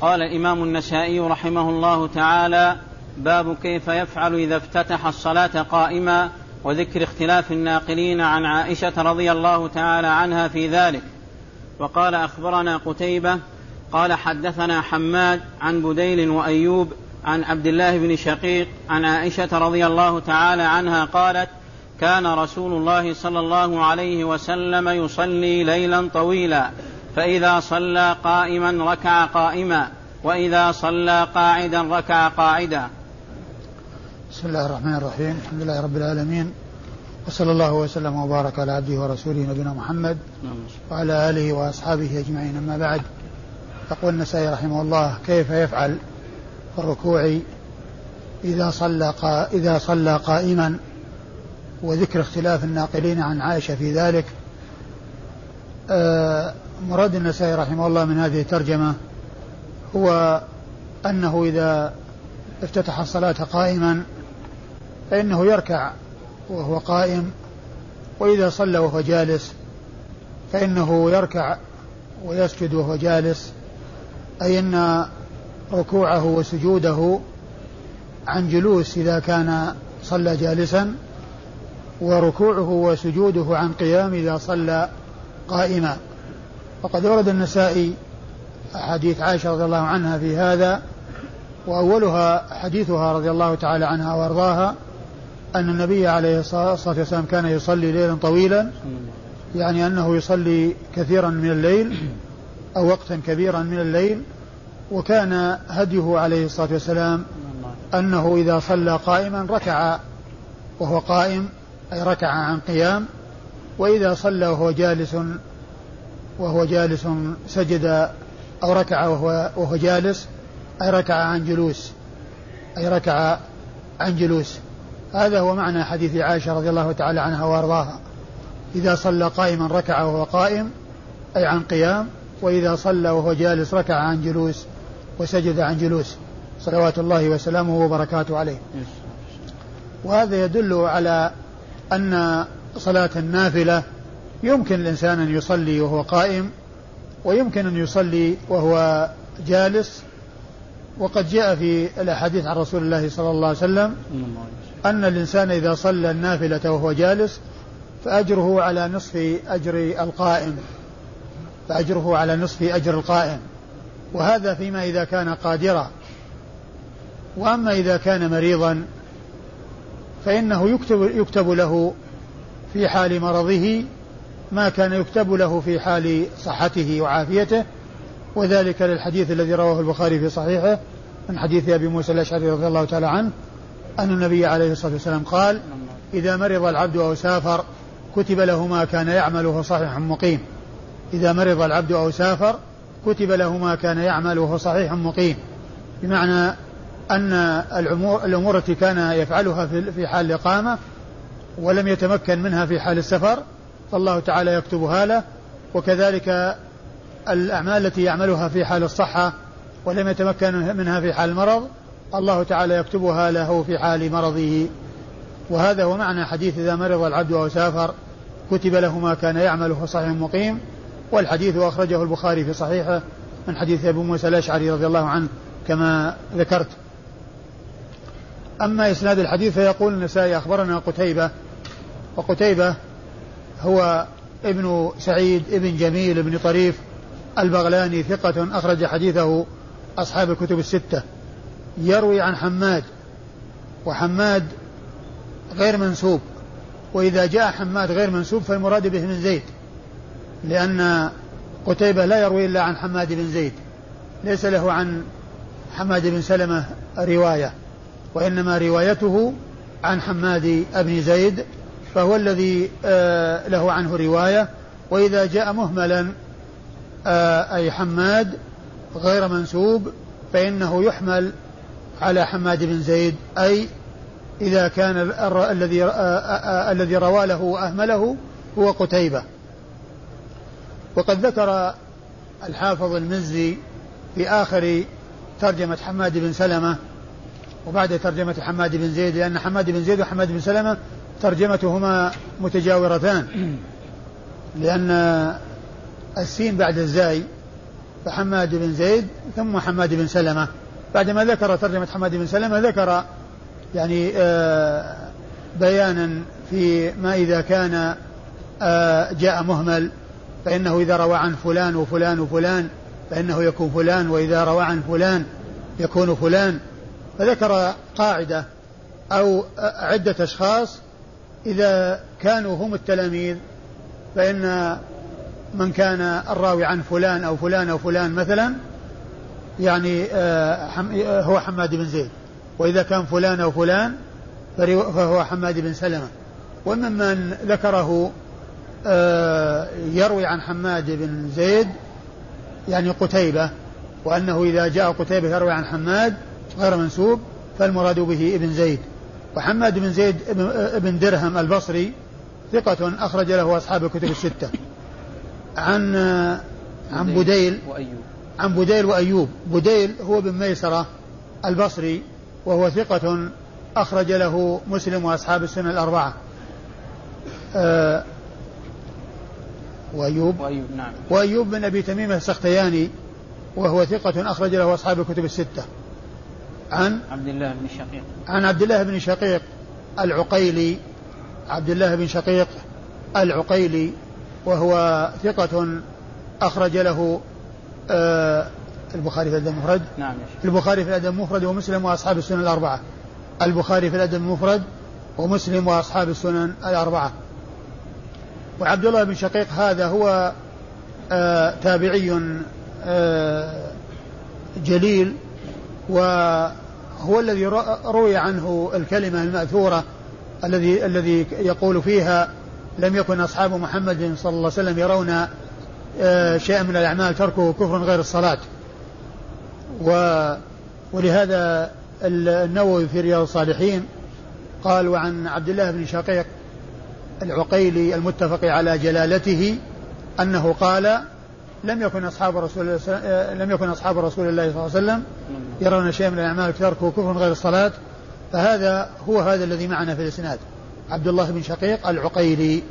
قال الإمام النسائي رحمه الله تعالى: باب كيف يفعل إذا افتتح الصلاة قائما، وذكر اختلاف الناقلين عن عائشة رضي الله تعالى عنها في ذلك. وقال: أخبرنا قتيبة قال حدثنا حماد عن بديل وأيوب عن عبد الله بن شقيق عن عائشة رضي الله تعالى عنها قالت: كان رسول الله صلى الله عليه وسلم يصلي ليلا طويلا، فإذا صلى قائما ركع قائما، وإذا صلى قاعدا ركع قاعدا. بسم الله الرحمن الرحيم. الحمد لله رب العالمين، وصلى الله وسلم وبارك على عبده ورسوله نبينا محمد وعلى آله وأصحابه أجمعين. أما بعد، يقول النسائي رحمه الله: كيف يفعل في الركوع إذا صلى قائما، وذكر اختلاف الناقلين عن عائشة في ذلك. مراد النسائي رحمه الله من هذه الترجمة هو أنه إذا افتتح الصلاة قائما فإنه يركع وهو قائم، وإذا صلى وهو جالس فإنه يركع ويسجد وهو جالس، أي أن ركوعه وسجوده عن جلوس إذا كان صلى جالسا، وركوعه وسجوده عن قيام إذا صلى قائما. وقد ورد النسائي حديث عائشة رضي الله عنها في هذا، وأولها حديثها رضي الله تعالى عنها وارضاها أن النبي عليه الصلاة والسلام كان يصلي ليلا طويلا، يعني أنه يصلي كثيرا من الليل أو وقتا كبيرا من الليل. وكان هديه عليه الصلاة والسلام أنه إذا صلى قائما ركع وهو قائم، أي ركع عن قيام، وإذا صلى وهو جالس سجد أو ركع وهو جالس، أي ركع عن جلوس. هذا هو معنى حديث عائشة رضي الله تعالى عنها وارضاها: إذا صلى قائما ركع وهو قائم، أي عن قيام، وإذا صلى وهو جالس ركع عن جلوس وسجد عن جلوس، صلوات الله وسلامه وبركاته عليه. وهذا يدل على أن صلاة النافلة يمكن الإنسان أن يصلي وهو قائم، ويمكن أن يصلي وهو جالس. وقد جاء في الأحاديث عن رسول الله صلى الله عليه وسلم أن الإنسان إذا صلى النافلة وهو جالس فأجره على نصف أجر القائم، وهذا فيما إذا كان قادرا. وأما إذا كان مريضا فإنه يكتب له في حال مرضه ما كان يكتب له في حال صحته وعافيته، وذلك للحديث الذي رواه البخاري في صحيحه من حديث أبي موسى الأشعري رضي الله تعالى عنه أن النبي عليه الصلاة والسلام قال: إذا مرض العبد أو سافر كتب له ما كان يعمله صحيح مقيم. إذا مرض العبد أو سافر كتب له ما كان يعمله صحيح مقيم، بمعنى أن الأمور التي كان يفعلها في حال الإقامة ولم يتمكن منها في حال السفر فالله تعالى يكتبها له، وكذلك الأعمال التي يعملها في حال الصحة ولم يتمكن منها في حال المرض الله تعالى يكتبها له في حال مرضه. وهذا هو معنى حديث إذا مرض العبد أو سافر كتب له ما كان يعمله صحيح مقيم. والحديث أخرجه البخاري في صحيحه من حديث أبي موسى الأشعري رضي الله عنه كما ذكرت. أما إسناد الحديث فيقول النسائي: أخبرنا قتيبة، وقتيبة هو ابن سعيد ابن جميل ابن طريف البغلاني، ثقة أخرج حديثه أصحاب الكتب الستة. يروي عن حماد، وحماد غير منسوب، وإذا جاء حماد غير منسوب فالمراد به من زيد، لأن قتيبة لا يروي إلا عن حماد بن زيد، ليس له عن حماد بن سلمة رواية، وإنما روايته عن حماد بن زيد، فهو الذي له عنه رواية. وإذا جاء مهملا أي حماد غير منسوب فإنه يحمل على حماد بن زيد، أي إذا كان الذي روى له وأهمله هو قتيبة. وقد ذكر الحافظ المزي في آخر ترجمة حماد بن سلمة وبعد ترجمة حماد بن زيد، لأن حماد بن زيد وحماد بن سلمة ترجمتهما متجاورتان، لأن السين بعد الزاي فحماد بن زيد ثم حماد بن سلمة. بعدما ذكر ترجمة حماد بن سلمة ذكر يعني بيانا في ما إذا كان جاء مهمل فإنه إذا روى عن فلان وفلان وفلان فإنه يكون فلان، وإذا روى عن فلان يكون فلان. فذكر قاعدة أو عدة أشخاص إذا كانوا هم التلاميذ فإن من كان الراوي عن فلان أو فلان أو فلان مثلا يعني هو حماد بن زيد، وإذا كان فلان أو فلان فهو حماد بن سلمة. وممن ذكره يروي عن حماد بن زيد يعني قتيبة، وأنه إذا جاء قتيبة يروي عن حماد غير منسوب فالمراد به ابن زيد. وحماد بن زيد ابن درهم البصري ثقة أخرج له أصحاب الكتب الستة. عن بديل وأيوب. بديل هو بن ميسرة البصري وهو ثقة أخرج له مسلم وأصحاب السنن الأربعة. وأيوب بن أبي تميمة السختياني وهو ثقة أخرج له أصحاب الكتب الستة. عن عبد الله بن شقيق العقيلي. عبد الله بن شقيق العقيلي وهو ثقة أخرج له البخاري في الأدب المفرد. البخاري في الأدب المفرد ومسلم وأصحاب السنن الأربعة. البخاري في الأدب المفرد ومسلم وأصحاب السنن الأربعة. وعبد الله بن شقيق هذا هو تابعي جليل، وهو الذي روي عنه الكلمة المأثورة الذي يقول فيها لم يكن أصحاب محمد صلى الله عليه وسلم يرون شيئا من الأعمال تركه كفر غير الصلاة. ولهذا النووي في رياض الصالحين قال وعن عبد الله بن شقيق العقيلي المتفق على جلالته أنه قال لم يكن أصحاب رسول الله صلى الله عليه وسلم يرون شيئا من الأعمال تركه كفر غير الصلاة. فهذا هو هذا الذي معنا في الإسناد، عبد الله بن شقيق العقيلي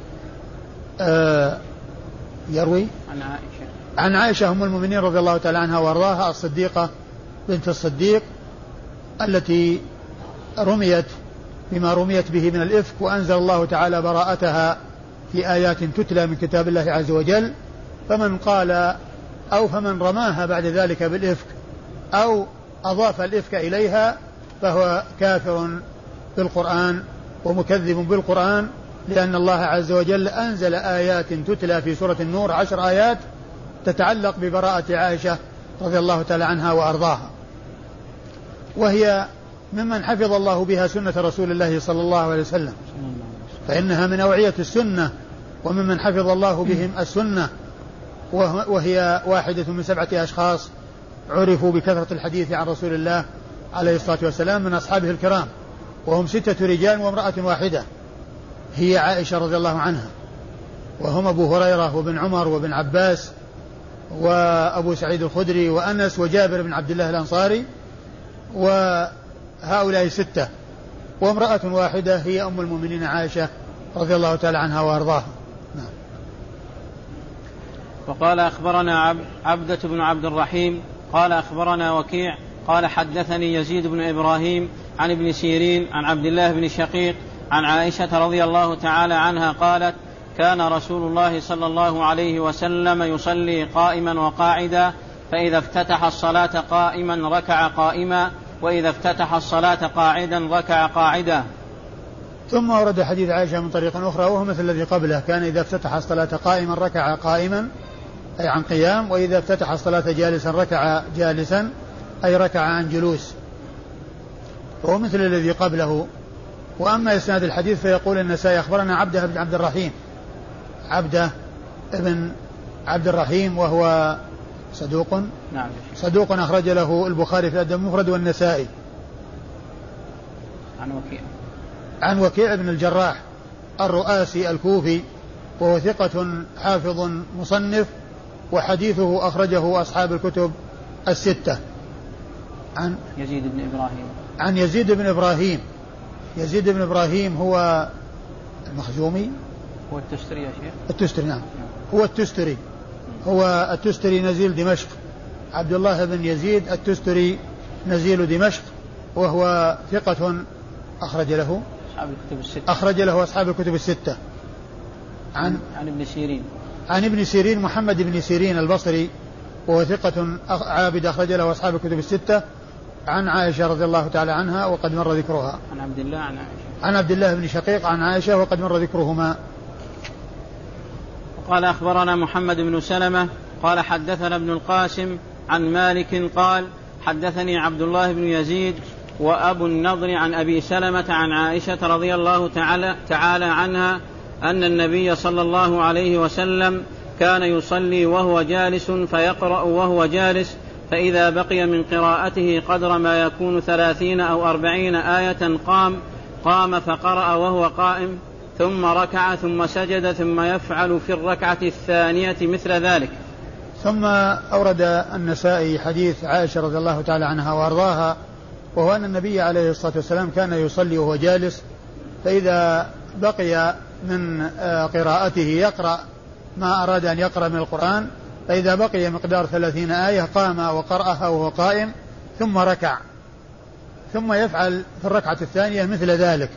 يروي عن عائشة أم المؤمنين رضي الله تعالى عنها وارضاها الصديقة بنت الصديق التي رميت بما رميت به من الإفك، وأنزل الله تعالى براءتها في آيات تتلى من كتاب الله عز وجل. فمن قال أو فمن رماها بعد ذلك بالإفك أو أضاف الإفك إليها فهو كافر بالقرآن ومكذب بالقرآن، لأن الله عز وجل أنزل آيات تتلى في سورة النور 10 آيات تتعلق ببراءة عائشة رضي الله تعالى عنها وأرضاها، وهي ممن حفظ الله بها سنة رسول الله صلى الله عليه وسلم، فإنها من أوعية السنة وممن حفظ الله بهم السنة، وهي واحدة من 7 أشخاص عرفوا بكثرة الحديث عن رسول الله عليه الصلاة والسلام من أصحابه الكرام، وهم 6 رجال وامرأة واحدة هي عائشة رضي الله عنها، وهم أبو هريرة وابن عمر وابن عباس وأبو سعيد الخدري وأنس وجابر بن عبد الله الأنصاري، وهؤلاء 6 وامرأة واحدة هي أم المؤمنين عائشة رضي الله تعالى عنها وأرضاها. وقال أخبرنا عبدة بن عبد الرحيم قال أخبرنا وكيع قال حدثني يزيد بن إبراهيم عن ابن سيرين عن عبد الله بن شقيق عن عائشة رضي الله تعالى عنها قالت كان رسول الله صلى الله عليه وسلم يصلي قائما وقاعدا، فإذا افتتح الصلاة قائما ركع قائما، وإذا افتتح الصلاة قاعدا ركع قاعدا. ثم ورد حديث عائشة من طريق أخرى وهو مثل الذي قبله، كان إذا افتتح الصلاة قائما ركع قائما أي عن قيام، وإذا افتتح الصلاة جالسا ركع جالسا أي ركع عن جلوس، وهو مثل الذي قبله. وأما إسناد الحديث فيقول النسائي أخبرنا عبده بن عبد الرحيم، عبده بن عبد الرحيم وهو صدوق أخرج له البخاري في الأدب المفرد والنسائي. عن وكيع بن الجراح الرؤاسي الكوفي وهو ثقة حافظ مصنف، وحديثه أخرجه أصحاب الكتب الستة. عن يزيد بن إبراهيم. يزيد بن إبراهيم هو المخزومي، هو التستري يا شيخ. التستري نعم، هو التستري، هو التستري نزيل دمشق عبد الله بن يزيد التستري نزيل دمشق، وهو ثقة أخرج له أصحاب الكتب الستة. عن ابن سيرين محمد بن سيرين البصري، وهو ثقة عابد أخرج له أصحاب الكتب الستة. عن عائشة رضي الله تعالى عنها وقد مر ذكرها. عن عبد الله بن شقيق عن عائشة وقد مر ذكرهما. قال أخبرنا محمد بن سلمة قال حدثنا ابن القاسم عن مالك قال حدثني عبد الله بن يزيد وأبو النضر عن أبي سلمة عن عائشة رضي الله تعالى عنها أن النبي صلى الله عليه وسلم كان يصلي وهو جالس فيقرأ وهو جالس، فإذا بقي من قراءته قدر ما يكون 30 أو 40 آية قام فقرأ وهو قائم، ثم ركع ثم سجد، ثم يفعل في الركعة الثانية مثل ذلك. ثم أورد النسائي حديث عائشة رضي الله تعالى عنها وأرضاها، وهو أن النبي عليه الصلاة والسلام كان يصلي وهو جالس، فإذا بقي من قراءته يقرأ ما أراد أن يقرأ من القرآن، فإذا بقي مقدار 30 آية قام وقرأها وهو قائم، ثم ركع، ثم يفعل في الركعة الثانية مثل ذلك.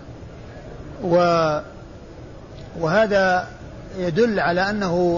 وهذا يدل على أنه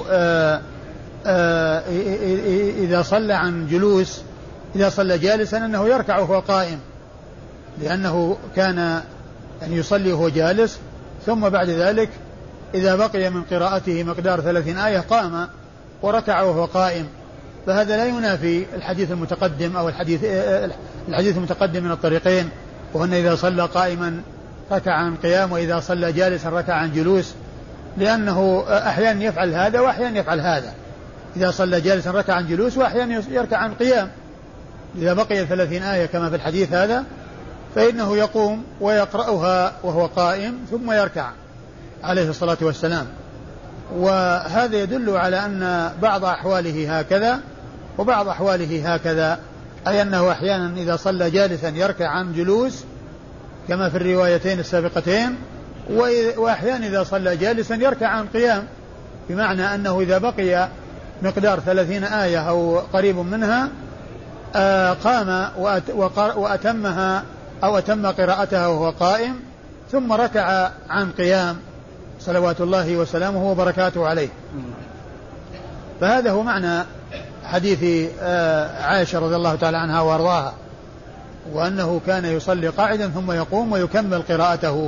إذا صلى عن جلوس، إذا صلى جالسا أنه يركع وهو قائم، لأنه كان أن يصلي وهو جالس، ثم بعد ذلك إذا بقي من قراءته مقدار 30 آية قام وركع وهو قائم. فهذا لا ينافي الحديث المتقدم أو الحديث المتقدم من الطريقين، وأن إذا صلى قائما ركع عن قيام، وإذا صلى جالسا ركع عن جلوس، لأنه أحيانا يفعل هذا وأحيانا يفعل هذا. إذا صلى جالسا ركع عن جلوس، وأحيانا يركع عن قيام. إذا بقي 30 آية كما في الحديث هذا فإنه يقوم ويقرأها وهو قائم ثم يركع عليه الصلاة والسلام. وهذا يدل على أن بعض أحواله هكذا وبعض أحواله هكذا، أي أنه أحيانا إذا صلى جالسا يركع عن جلوس كما في الروايتين السابقتين، وأحيانا إذا صلى جالسا يركع عن قيام، بمعنى أنه إذا بقي مقدار 30 آية أو قريب منها قام وأتمها أو أتم قراءتها وهو قائم، ثم ركع عن قيام صلوات الله وسلامه وبركاته عليه. فهذا هو معنى حديث عائشة رضي الله تعالى عنها وارضاها، وأنه كان يصلي قاعدا ثم يقوم ويكمل قراءته.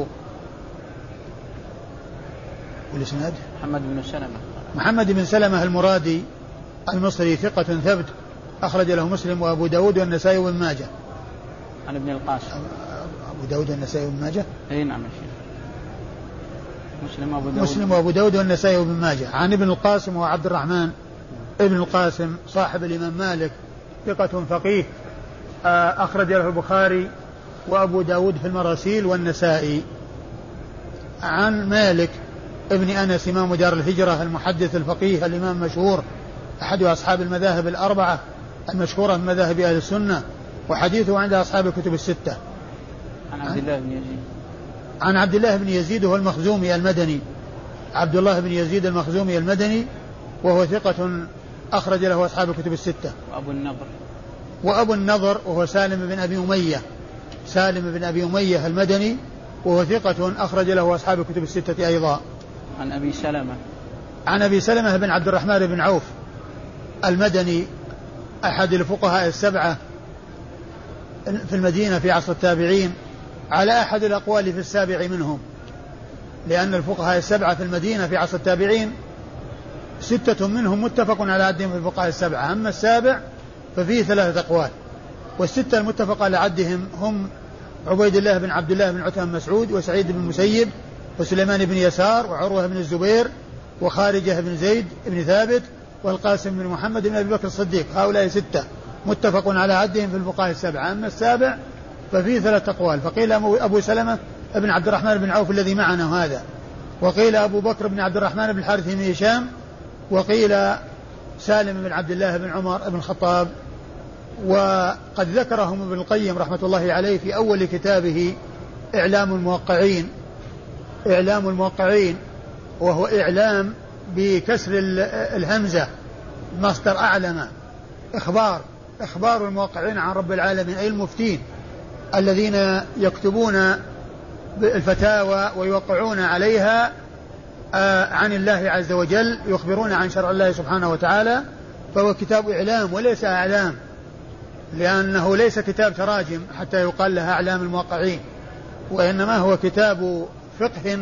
والإسناد محمد بن سلمة المرادي المصري ثقة ثبت أخرج له مسلم وأبو داود والنسائي وابن ماجه. عن ابن القاسم. أبو داود والنسائي وابن ماجه. أي نعم. مسلم وأبو داود والنسائي وابن ماجه. عن ابن القاسم وعبد الرحمن ابن القاسم صاحب الإمام مالك ثقة فقيه أخرج له البخاري وأبو داود في المراسيل والنسائي. عن مالك ابن أنس إمام دار الهجرة المحدث الفقيه الإمام المشهور أحد أصحاب المذاهب الأربعة المشهورة من مذاهب أهل السنة، وحديثه عند أصحاب الكتب الستة. عن عبد الله بن يزيد وهو المخزومي المدني، عبد الله بن يزيد المخزومي المدني، وهو ثقة أخرج له أصحاب الكتب الستة. وأبو النضر وهو سالم بن أبي أمية المدني، وهو ثقة أخرج له أصحاب الكتب الستة أيضا. عن أبي سلمة بن عبد الرحمن بن عوف المدني أحد الفقهاء السبعة في المدينة في عصر التابعين، على أحد الأقوال في السابع منهم، لأن الفقهاء السبعة في المدينة في عصر التابعين 6 منهم متفق على عدهم في الفقهاء السبعة، أما السابع ففيه 3 أقوال، وال6 المتفق على عدهم هم عبيد الله بن عبد الله بن عتبة بن مسعود، وسعيد بن المسيب، وسليمان بن يسار، وعروة بن الزبير، وخارجة بن زيد بن ثابت، والقاسم بن محمد بن أبي بكر الصديق. هؤلاء 6 متفق على عدهم في الفقهاء السبعة، أما السابع ففيه 3 أقوال، فقيل أبو سلمة بن عبد الرحمن بن عوف الذي معنا هذا، وقيل أبو بكر بن عبد الرحمن بن الحارث بن هشام، وقيل سالم بن عبد الله بن عمر بن الخطاب. وقد ذكرهم ابن القيم رحمة الله عليه في أول كتابه إعلام الموقعين، وهو إعلام بكسر الهمزة، مصدر أعلم، إخبار إخبار الموقعين عن رب العالمين، أي المفتين الذين يكتبون الفتاوى ويوقعون عليها عن الله عز وجل، يخبرون عن شرع الله سبحانه وتعالى. فهو كتاب إعلام وليس أعلام، لأنه ليس كتاب تراجم حتى يقال لها أعلام الموقعين، وإنما هو كتاب فقه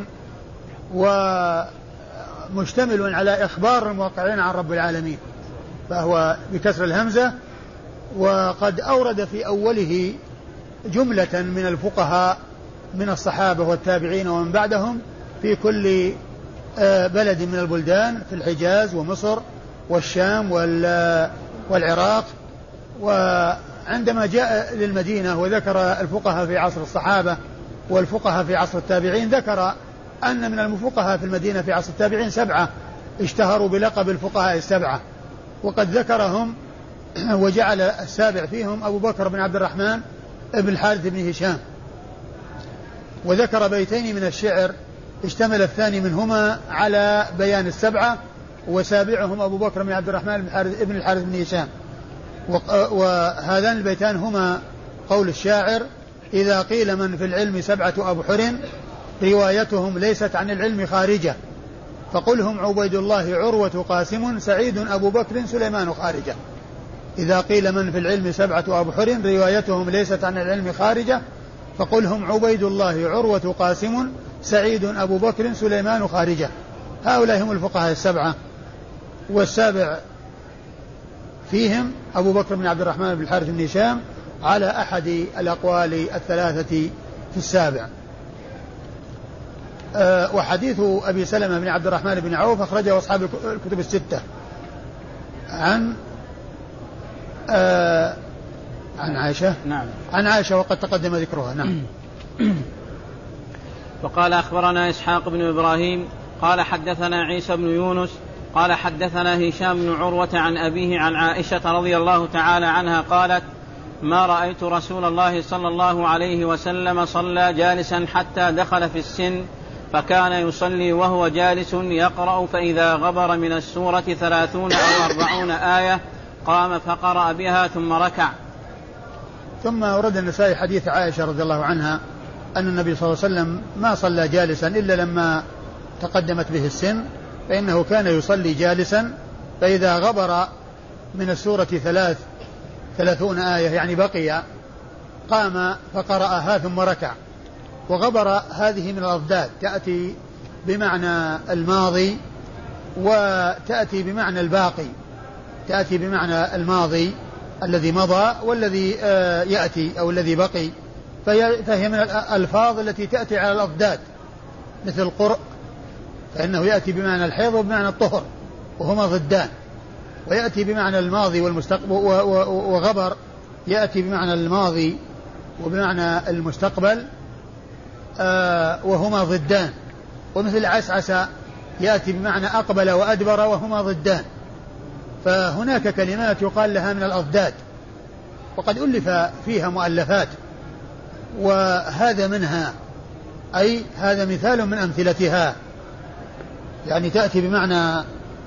ومشتمل على إخبار الموقعين عن رب العالمين، فهو بكسر الهمزة. وقد أورد في أوله جملة من الفقهاء من الصحابة والتابعين ومن بعدهم في كل بلد من البلدان، في الحجاز ومصر والشام والعراق. وعندما جاء للمدينة وذكر الفقهاء في عصر الصحابة والفقهاء في عصر التابعين، ذكر أن من الفقهاء في المدينة في عصر التابعين 7 اشتهروا بلقب الفقهاء 7، وقد ذكرهم وجعل السابع فيهم أبو بكر بن عبد الرحمن ابن الحارث بن هشام. وذكر بيتين من الشعر اشتمل الثاني منهما على بيان 7، وسابعهم أبو بكر بن عبد الرحمن ابن الحارث بن هشام. وهذان البيتان هما قول الشاعر: إذا قيل من في العلم 7 أبحر روايتهم ليست عن العلم خارجة، فقلهم عبيد الله عروة قاسم سعيد أبو بكر سليمان خارجة. إذا قيل من في العلم 7 أبحر روايتهم ليست عن العلم خارجة، فقلهم عبيد الله عروة قاسم سعيد أبو بكر سليمان خارجة. هؤلاء هم الفقهاء 7، والسابع فيهم أبو بكر بن عبد الرحمن بن الحارث بن هشام على أحد الأقوال 3 في السابع. وحديث أبي سلمة بن عبد الرحمن بن عوف أخرجه أصحاب الكتب 6 عن عائشة. نعم. عن عائشة وقد تقدم ذكرها. نعم. وقال أخبرنا إسحاق بن إبراهيم قال حدثنا عيسى بن يونس قال حدثنا هشام بن عروة عن أبيه عن عائشة رضي الله تعالى عنها قالت: ما رأيت رسول الله صلى الله عليه وسلم صلى جالسا حتى دخل في السن، فكان يصلي وهو جالس يقرأ، فإذا غبر من السورة 30 أو 40 آية قام فقرأ بها ثم ركع. ثم ورد النسائي حديث عائشة رضي الله عنها أن النبي صلى الله عليه وسلم ما صلى جالسا إلا لما تقدمت به السن، فإنه كان يصلي جالسا، فإذا غبر من السورة 30 آية يعني بقي، قام فقرأها ثم ركع. وغبر هذه من الأضداد، تأتي بمعنى الماضي وتأتي بمعنى الباقي، تأتي بمعنى الماضي الذي مضى والذي يأتي أو الذي بقي، فهي من الألفاظ التي تأتي على الأضداد، مثل القرء فإنه يأتي بمعنى الحيض وبمعنى الطهر وهما ضدان، ويأتي بمعنى الماضي والمستقبل، وغبر يأتي بمعنى الماضي وبمعنى المستقبل وهما ضدان، ومثل عسعس يأتي بمعنى أقبل وأدبر وهما ضدان. فهناك كلمات يقال لها من الأضداد، وقد ألف فيها مؤلفات، وهذا منها، أي هذا مثال من أمثلتها، يعني تأتي بمعنى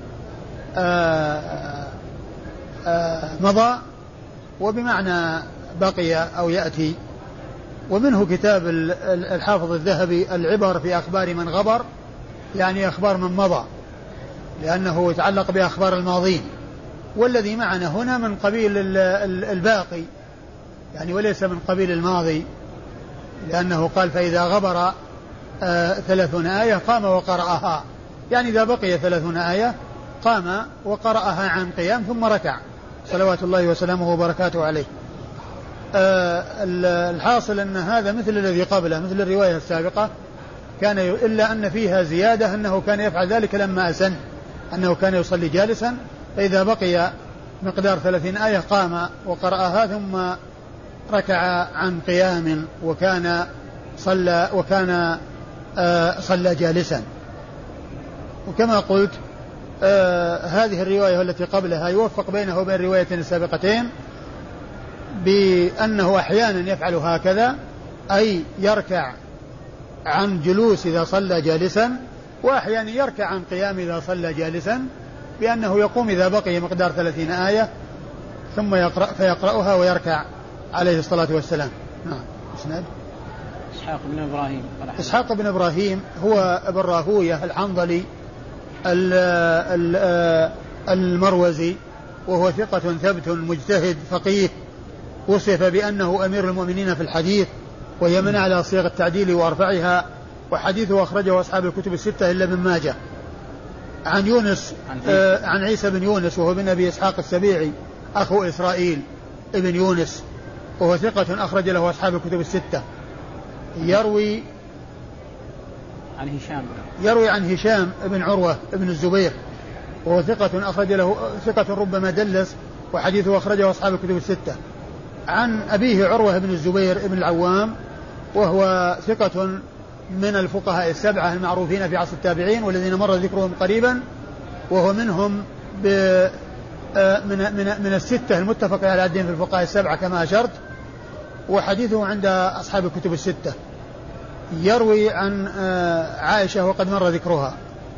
مضى وبمعنى بقي أو يأتي. ومنه كتاب الحافظ الذهبي العبر في أخبار من غبر، يعني أخبار من مضى، لأنه يتعلق بأخبار الماضين، والذي معنا هنا من قبيل الباقي يعني وليس من قبيل الماضي، لأنه قال: فإذا غبر 30 آية قام وقرأها، يعني إذا بقي 30 آية قام وقرأها عن قيام ثم ركع صلوات الله وسلامه وبركاته عليه. الحاصل أن هذا مثل الذي قبله، مثل الرواية السابقة، كان إلا أن فيها زيادة أنه كان يفعل ذلك لما أسن، أنه كان يصلي جالسا، فإذا بقي مقدار 30 آية قام وقرأها ثم ركع عن قيام، وكان صلى جالسا. وكما قلت هذه الرواية التي قبلها يوفق بينه وبين الروايتين السابقتين بأنه أحيانا يفعل هكذا، أي يركع عن جلوس إذا صلى جالسا، وأحيانا يركع عن قيام إذا صلى جالسا، بأنه يقوم إذا بقي مقدار 30 آية ثم فيقرأها ويركع عليه الصلاة والسلام. نعم. اسناد إسحاق بن إبراهيم هو ابن راهوية الحنظلي المروزي، وهو ثقة ثبت مجتهد فقيه، وصف بأنه أمير المؤمنين في الحديث، وهي من على صيغ التعديل وأرفعها، وحديثه أخرجه أصحاب الكتب الستة إلا ابن ماجه. عن يونس عن عيسى بن يونس وهو بن أبي إسحاق السبيعي أخو إسرائيل ابن يونس، وهو ثقة أخرج له أصحاب الكتب الستة. يروي عن هشام بن عروة بن الزبير، وهو ثقة أخرج له ثقة ربما دلس، وحديثه أخرجه أصحاب الكتب الستة. عن أبيه عروة بن الزبير بن العوام، وهو ثقة من الفقهاء السبعة المعروفين في عصر التابعين والذين مر ذكرهم قريبا، وهو منهم من الستة المتفق على عدهم في الفقهاء السبعة كما أشرت، وحديثه عند أصحاب الكتب الستة. يروي عن عائشة وقد مر ذكرها.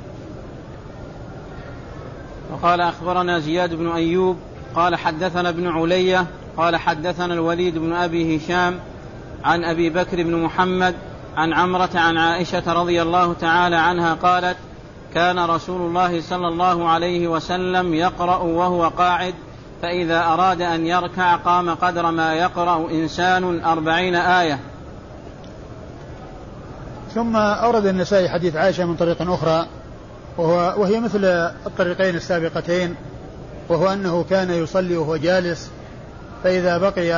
وقال أخبرنا زياد بن أيوب قال حدثنا ابن علية قال حدثنا الوليد بن أبي هشام عن أبي بكر بن محمد عن عمرة عن عائشة رضي الله تعالى عنها قالت: كان رسول الله صلى الله عليه وسلم يقرأ وهو قاعد، فإذا أراد أن يركع قام قدر ما يقرأ إنسان 40 آية. ثم أورد النسائي حديث عائشة من طريق أخرى، وهي مثل الطريقين السابقتين، وهو أنه كان يصلي وهو جالس، فإذا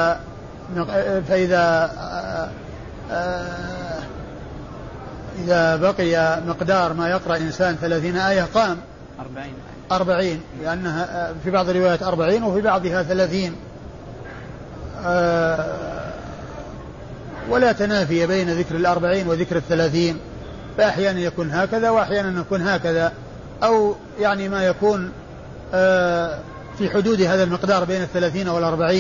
بقي مقدار ما يقرأ إنسان 30 آية قام 40، لأنها في بعض الروايات 40 وفي بعضها 30، ولا تنافي بين ذكر 40 وذكر 30، فأحيانا يكون هكذا وأحيانا يكون هكذا، أو يعني ما يكون في حدود هذا المقدار بين 30 وال40.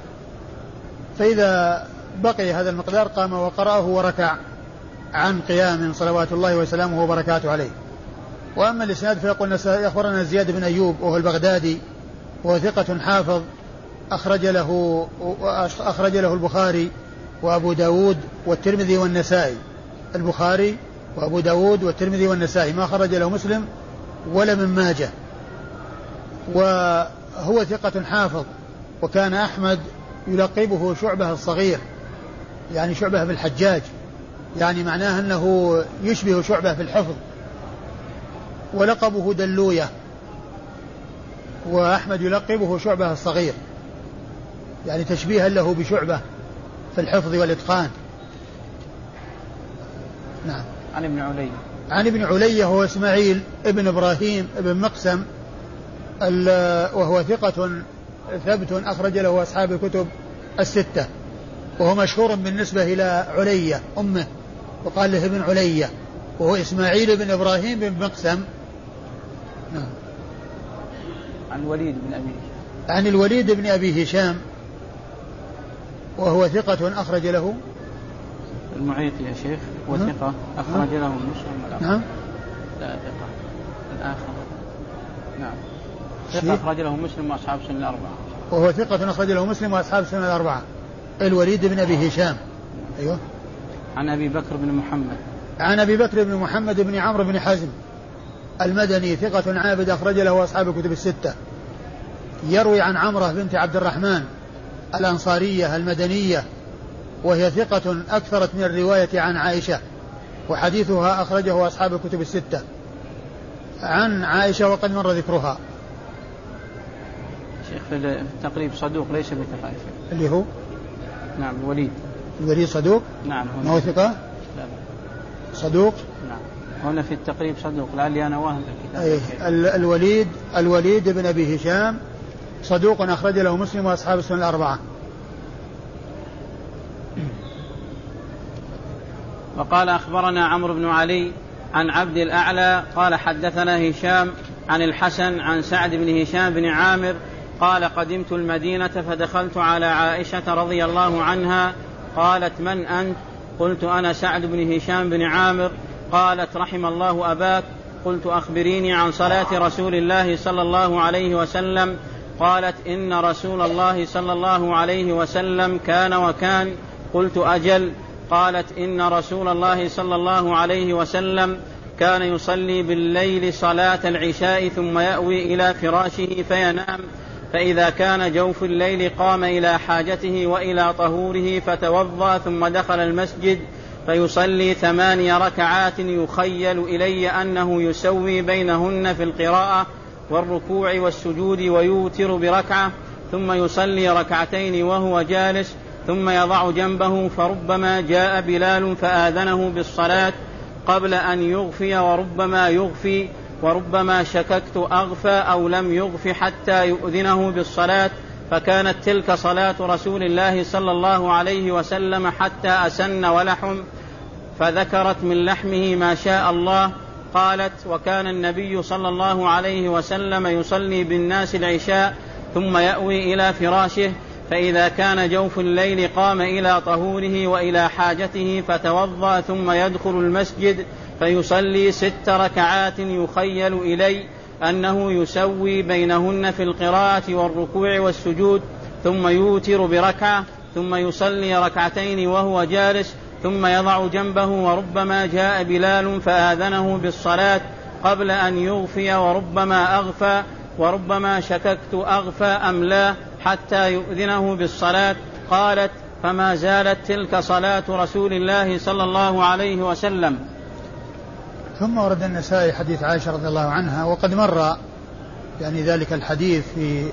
فإذا بقي هذا المقدار قام وقرأه وركع عن قيام صلوات الله وسلامه وبركاته عليه. وأما الإسناد فيقول أخبرنا زياد بن أيوب وهو البغدادي، وهو ثقة حافظ أخرج له البخاري وأبو داود والترمذي والنسائي. البخاري وأبو داود والترمذي والنسائي، ما خرج له مسلم ولا من ماجه. وهو ثقة حافظ، وكان أحمد يلقبه شعبة الصغير، يعني شعبة بالحجاج، يعني معناه أنه يشبه شعبة في الحفظ، ولقبه دلوية، وأحمد يلقبه شعبة الصغير، يعني تشبيها له بشعبة في الحفظ والإتقان. نعم. عن ابن علية هو إسماعيل ابن إبراهيم ابن مقسم، وهو ثقة ثبت أخرج له أصحاب الكتب الستة، وهو مشهور بالنسبة إلى علية أمه، وقال له ابن علية، وهو إسماعيل بن إبراهيم بن مقسم. نعم. عن الوليد بن أبي هشام، وهو ثقة أخرج له المعيطي يا شيخ، وثقة أخرج له مسلم. نعم. لا ثقة الآخر. نعم. ثقة أخرج له مسلم وأصحاب السنن الأربعة. وهو ثقة أخرج له مسلم وأصحاب السنن الأربعة. الوليد بن أبي هشام. أيوه. عن أبي بكر بن محمد. عن أبي بكر بن محمد بن عمرو بن حزم المدني، ثقة عابد أخرج له أصحاب الكتب الستة. يروي عن عمرة بنت عبد الرحمن الأنصارية المدنية، وهي ثقة أكثرت من الرواية عن عائشة، وحديثها أخرجه أصحاب الكتب الستة. عن عائشة وقد مر ذكرها. شيخ في التقريب صدوق ليس بثقة. اللي هو نعم الوليد صدوق. نعم. ما هو ثقة؟ لا. صدوق. نعم. هنا في التقريب صدوق، لعلي أنا واهم الكتاب. الوليد بن أبي هشام صدوق أخرج له مسلم وأصحاب السنن الأربعة. وقال أخبرنا عمرو بن علي عن عبد الأعلى قال حدثنا هشام عن الحسن عن سعد بن هشام بن عامر قال: قدمت المدينة فدخلت على عائشة رضي الله عنها، قالت: من أنت؟ قلت: أنا سعد بن هشام بن عامر. قالت: رحم الله أباك. قلت: أخبريني عن صلاة رسول الله صلى الله عليه وسلم. قالت إن رسول الله صلى الله عليه وسلم كان وكان. قلت أجل. قالت إن رسول الله صلى الله عليه وسلم كان يصلي بالليل صلاة العشاء ثم يأوي إلى فراشه فينام، فإذا كان جوف الليل قام إلى حاجته وإلى طهوره فتوضأ ثم دخل المسجد فيصلي 8 ركعات يخيل إلي أنه يسوي بينهن في القراءة والركوع والسجود ويوتر بركعة، ثم يصلي 2 ركعتين وهو جالس، ثم يضع جنبه، فربما جاء بلال فآذنه بالصلاة قبل أن يغفي وربما يغفي، وربما شككت أغفى أو لم يغف حتى يؤذنه بالصلاة، فكانت تلك صلاة رسول الله صلى الله عليه وسلم حتى أسن ولحم، فذكرت من لحمه ما شاء الله. قالت وكان النبي صلى الله عليه وسلم يصلي بالناس العشاء ثم يأوي إلى فراشه، فإذا كان جوف الليل قام إلى طهوره وإلى حاجته فتوضأ ثم يدخل المسجد فيصلي 6 ركعات يخيل إلي أنه يسوي بينهن في القراءة والركوع والسجود، ثم يوتر بركعة، ثم يصلي 2 ركعتين وهو جالس، ثم يضع جنبه، وربما جاء بلال فآذنه بالصلاة قبل أن يغفي وربما أغفى، وربما شككت أغفى أم لا حتى يؤذنه بالصلاة. قالت فما زالت تلك صلاة رسول الله صلى الله عليه وسلم. ثم ورد النسائي حديث عائشة رضي الله عنها، وقد مر يعني ذلك الحديث في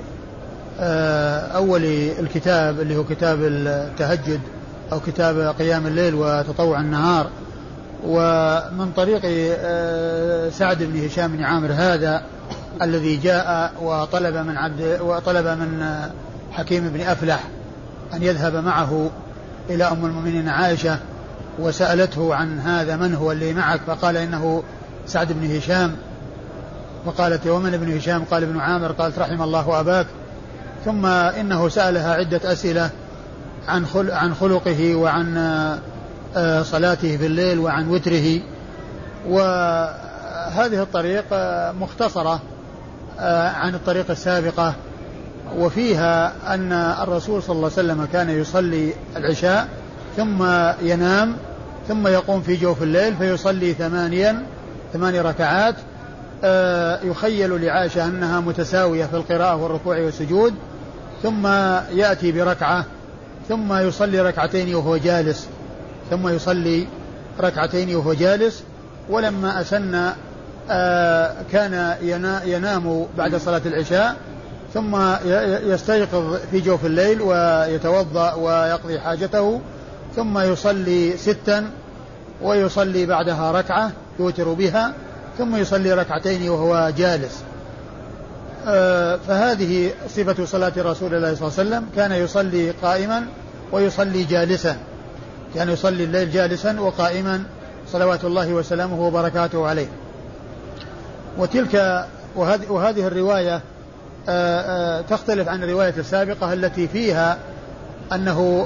أول الكتاب اللي هو كتاب التهجد أو كتاب قيام الليل وتطوع النهار، ومن طريق سعد بن هشام بن عامر هذا الذي جاء وطلب من حكيم بن أفلح أن يذهب معه إلى أم المؤمنين عائشة، وسألته عن هذا من هو اللي معك، فقال إنه سعد بن هشام، وقالت ومن ابن هشام؟ قال ابن عامر. قالت رحم الله أباك. ثم إنه سألها عدة أسئلة عن خلقه وعن صلاته في الليل وعن وتره، وهذه الطريق مختصرة عن الطريق السابقة، وفيها أن الرسول صلى الله عليه وسلم كان يصلي العشاء ثم ينام ثم يقوم في جوف الليل فيصلي 8 ركعات يخيل لعائشة أنها متساوية في القراءة والركوع والسجود، ثم يأتي بركعة، ثم يصلي 2 ركعتين وهو جالس، ولما أسن كان ينام بعد صلاة العشاء، ثم يستيقظ في جوف الليل ويتوضأ ويقضي حاجته، ثم يصلي 6 ويصلي بعدها ركعة يوتر بها، ثم يصلي 2 ركعتين وهو جالس. فهذه صفة صلاة رسول الله صلى الله عليه وسلم، كان يصلي قائما ويصلي جالسا، كان يصلي الليل جالسا وقائما صلوات الله وسلامه وبركاته عليه. وهذه الرواية تختلف عن الرواية السابقة التي فيها أنه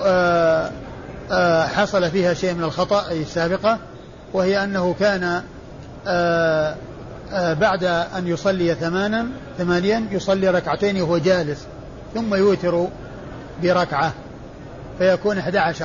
حصل فيها شيء من الخطأ، أي السابقة، وهي أنه كان بعد أن يصلي 8 يصلي 2 ركعتين وهو جالس، ثم يوتر بركعة فيكون 11،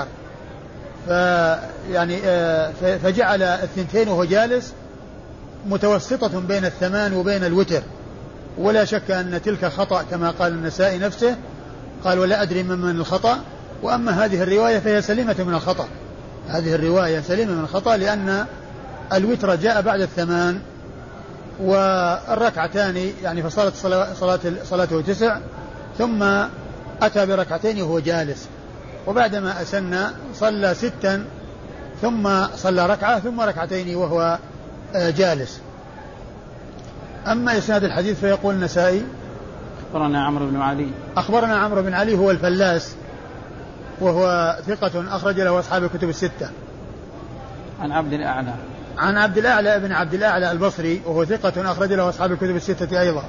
فجعل 2 وهو جالس متوسطة بين 8 وبين الوتر، ولا شك أن تلك خطأ كما قال النسائي نفسه، قال ولا أدري من الخطأ. وأما هذه الرواية فهي سليمة من الخطأ، هذه الرواية سليمة من الخطأ، لأن الوتر جاء بعد 8 والركعتان يعني فصارت صلاته 9، ثم أتى ب2 ركعتين وهو جالس، وبعدما أسن صلى 6 ثم صلى 1 ركعة ثم 2 ركعتين وهو جالس. أما إسناد الحديث فيقول النسائي أخبرنا عمرو بن علي هو الفلاس، وهو ثقة أخرج له أصحاب الكتب الستة. عن عبد الأعلى ابن عبد الأعلى البصري، وهو ثقة أخرج له أصحاب الكتب الستة أيضا.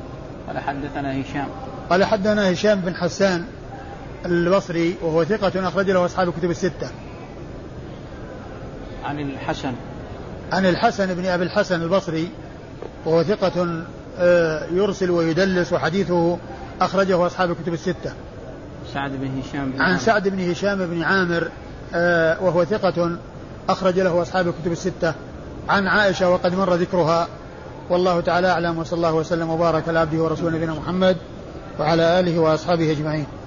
قال حدثنا هشام بن حسان البصري، وهو ثقة أخرج له أصحاب الكتب الستة. عن الحسن بن أبي الحسن البصري، وهو ثقة يرسل ويدلس، وحديثه أخرجه أصحاب الكتب الستة. سعد بن هشام عن سعد بن هشام بن عامر وهو ثقة أخرج له أصحاب الكتب الستة. عن عائشة وقد مر ذكرها، والله تعالى أعلم، وصلى الله وسلم وبارك على عبده ورسوله نبينا محمد وعلى آله وأصحابه أجمعين.